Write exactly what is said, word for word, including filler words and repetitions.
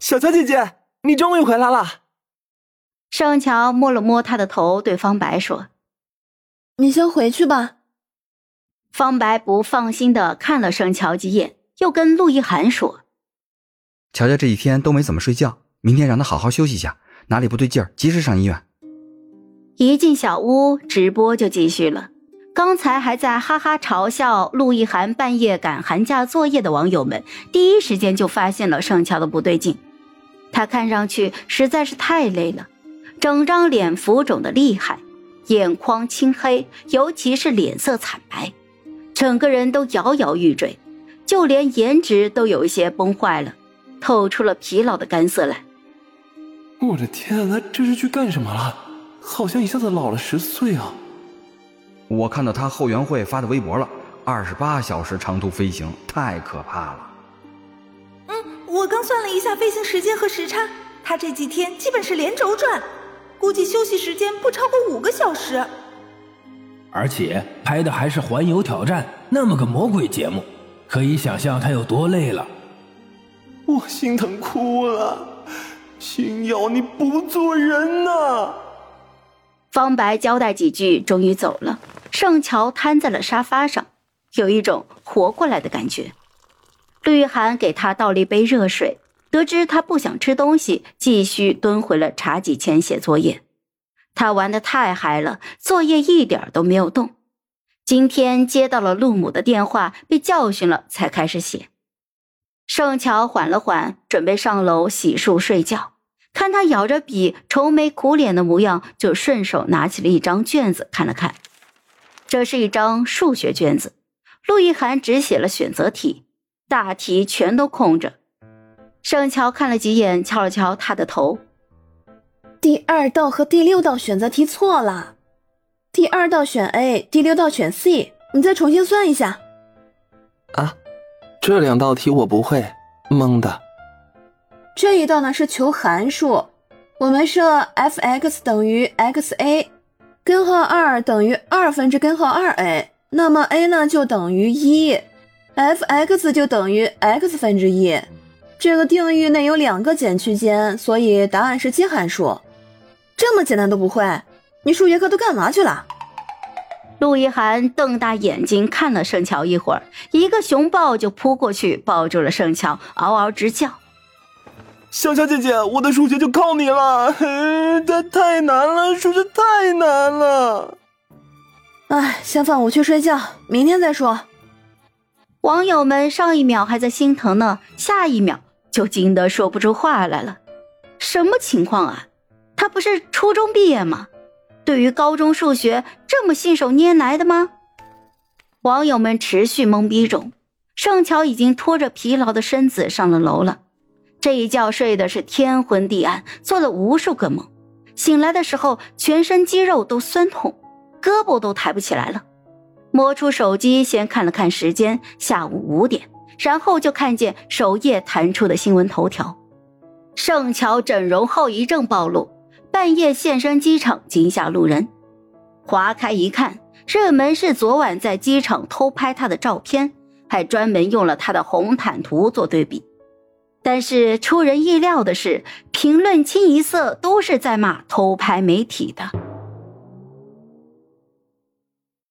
小乔姐姐，你终于回来了。 盛乔摸了摸他的头，对方白说： 你先回去吧。 方白不放心地看了盛乔几眼，又跟陆一涵说： 乔乔这几天都没怎么睡觉，明天让他好好休息一下，哪里不对劲儿及时上医院。 一进小屋，直播就继续了。刚才还在哈哈嘲笑陆一涵半夜赶寒假作业的网友们，第一时间就发现了盛乔的不对劲。他看上去实在是太累了，整张脸浮肿的厉害，眼眶青黑，尤其是脸色惨白，整个人都摇摇欲坠，就连颜值都有一些崩坏了，透出了疲劳的干涩来。 我的天，他这是去干什么了？好像一下子老了十岁啊。 我看到他后援会发的微博了，二十八小时长途飞行，太可怕了。 嗯，我刚算了一下飞行时间和时差，他这几天基本是连轴转，估计休息时间不超过五个小时。 而且拍的还是环游挑战，那么个魔鬼节目，可以想象他有多累了。 我心疼哭了，星耀你不做人啊。 方白交代几句，终于走了。盛乔瘫在了沙发上，有一种活过来的感觉。绿涵给他倒了一杯热水，得知他不想吃东西，继续蹲回了茶几前写作业。他玩得太嗨了，作业一点都没有动。今天接到了陆母的电话，被教训了才开始写。盛乔缓了缓，准备上楼洗漱睡觉。看他咬着笔愁眉苦脸的模样，就顺手拿起了一张卷子看了看。这是一张数学卷子，陆一涵只写了选择题，大题全都空着。盛乔看了几眼，敲了敲他的头。 第二道和第六道选择题错了，第二道选 A， 第六道选 C， 你再重新算一下。 啊，这两道题我不会，蒙的。 这一道呢是求函数，我们设 f(x) 等于 xa， 根号二等于二分之根号 二 a， 那么 a 呢就等于一 ，fx 就等于 x 分之一。这个定域内有两个减区间，所以答案是奇函数。这么简单都不会，你数学课都干嘛去了？ 陆一涵瞪大眼睛看了盛乔一会儿，一个熊抱就扑过去抱住了盛乔，嗷嗷直叫。 小乔姐姐，我的数学就靠你了，这太难了，数学太难了。 哎，先放我去睡觉，明天再说。 网友们上一秒还在心疼呢，下一秒就惊得说不出话来了。什么情况啊？他不是初中毕业吗？对于高中数学这么信手拈来的吗？网友们持续懵逼中，盛乔已经拖着疲劳的身子上了楼了。这一觉睡的是天昏地暗，做了无数个梦，醒来的时候全身肌肉都酸痛，胳膊都抬不起来了。摸出手机先看了看时间，下午五点，然后就看见首页弹出的新闻头条：盛乔整容后遗症暴露，半夜现身机场惊吓路人。划开一看，热门是昨晚在机场偷拍他的照片，还专门用了他的红毯图做对比。但是出人意料的是，评论清一色都是在骂偷拍媒体的。